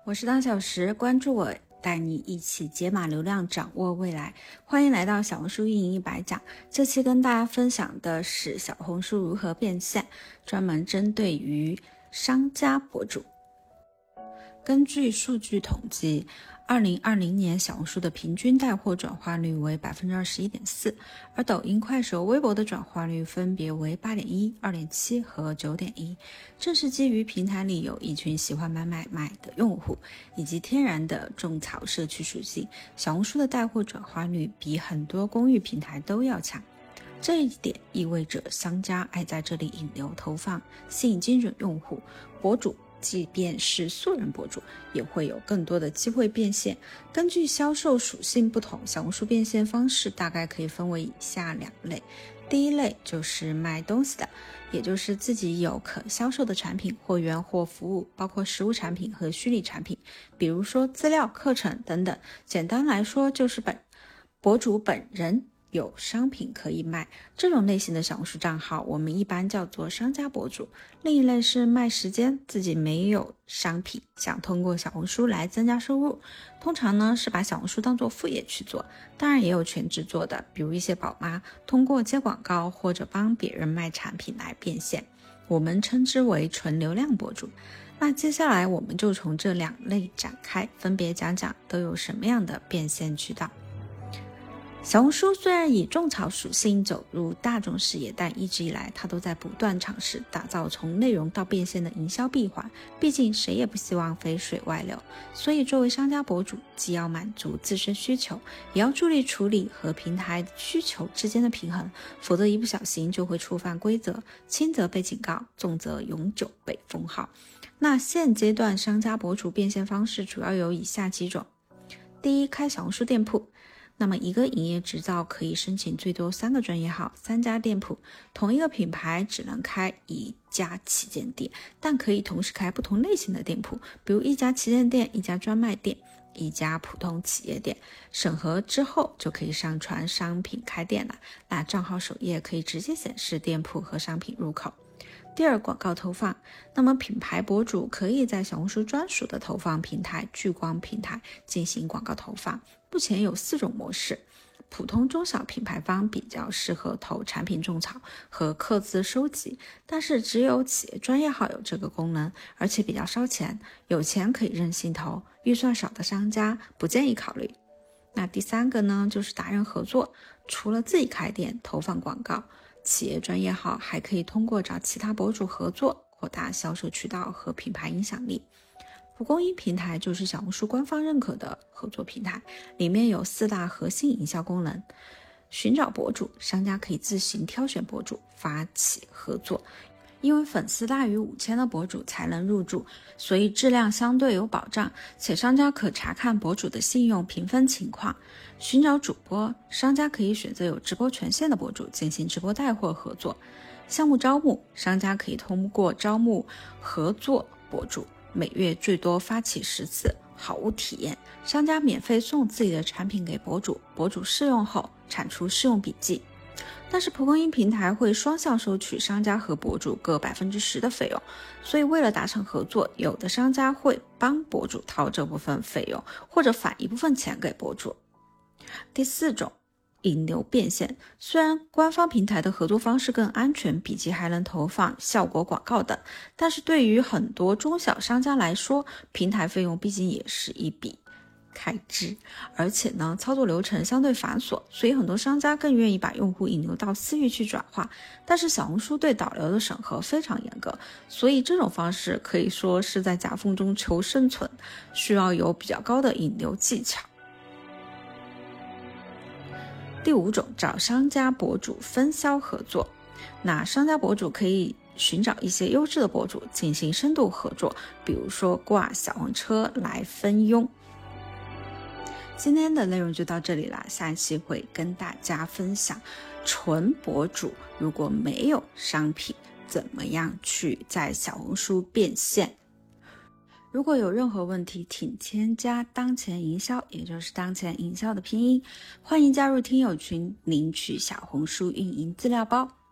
我是当小时，关注我，带你一起解码流量，掌握未来。欢迎来到小红书运营100讲。这期跟大家分享的是小红书如何变现，专门针对于商家博主。根据数据统计，2020年小红书的平均带货转化率为 21.4%， 而抖音、快手、微博的转化率分别为 8.1、2.7 和 9.1。正是基于平台里有一群喜欢买的用户，以及天然的种草社区属性，小红书的带货转化率比很多公域平台都要强。这一点意味着商家爱在这里引流投放，吸引精准用户，博主即便是素人博主也会有更多的机会变现。根据销售属性不同，小红书变现方式大概可以分为以下2类。第一类就是卖东西的，也就是自己有可销售的产品、货源或服务，包括实物产品和虚拟产品，比如说资料、课程等等。简单来说就是博主本人有商品可以卖，这种类型的小红书账号我们一般叫做商家博主。另一类是卖时间，自己没有商品，想通过小红书来增加收入，通常呢是把小红书当做副业去做，当然也有全职做的，比如一些宝妈通过接广告或者帮别人卖产品来变现，我们称之为纯流量博主。那接下来我们就从这2类展开，分别讲讲都有什么样的变现渠道。小红书虽然以种草属性走入大众视野，但一直以来它都在不断尝试打造从内容到变现的营销闭环，毕竟谁也不希望肥水外流。所以作为商家博主，既要满足自身需求，也要助力处理和平台需求之间的平衡，否则一不小心就会触犯规则，轻则被警告，重则永久被封号。那现阶段商家博主变现方式主要有以下几种。第一，开小红书店铺。那么一个营业执照可以申请最多3个专业号，3家店铺，同一个品牌只能开1家旗舰店，但可以同时开不同类型的店铺，比如1家旗舰店、1家专卖店、1家普通企业店。审核之后就可以上传商品开店了，那账号首页可以直接显示店铺和商品入口。第二，广告投放。那么品牌博主可以在小红书专属的投放平台聚光平台进行广告投放，目前有4种模式。普通中小品牌方比较适合投产品种草和客资收集，但是只有企业专业号有这个功能，而且比较烧钱，有钱可以任性投，预算少的商家不建议考虑。那第3个呢，就是达人合作。除了自己开店投放广告，企业专业号还可以通过找其他博主合作，扩大销售渠道和品牌影响力。蒲公英平台就是小红书官方认可的合作平台，里面有4大核心营销功能。寻找博主，商家可以自行挑选博主，发起合作。因为粉丝大于5000的博主才能入驻，所以质量相对有保障，且商家可查看博主的信用评分情况。寻找主播，商家可以选择有直播权限的博主进行直播带货合作。项目招募，商家可以通过招募合作博主，每月最多发起10次好物体验，商家免费送自己的产品给博主，博主试用后产出试用笔记。但是蒲公英平台会双向收取商家和博主各 10% 的费用，所以为了达成合作，有的商家会帮博主掏这部分费用，或者返一部分钱给博主。第4种，引流变现。虽然官方平台的合作方式更安全，笔记还能投放效果广告等，但是对于很多中小商家来说，平台费用毕竟也是一笔开支，而且呢，操作流程相对繁琐，所以很多商家更愿意把用户引流到私域去转化。但是小红书对导流的审核非常严格，所以这种方式可以说是在夹缝中求生存，需要有比较高的引流技巧。第5种，找商家博主分销合作。那商家博主可以寻找一些优质的博主进行深度合作，比如说挂小黄车来分佣。今天的内容就到这里了，下一期会跟大家分享纯博主如果没有商品，怎么样去在小红书变现。如果有任何问题，请添加当前营销，也就是当前营销的拼音，欢迎加入听友群领取小红书运营资料包。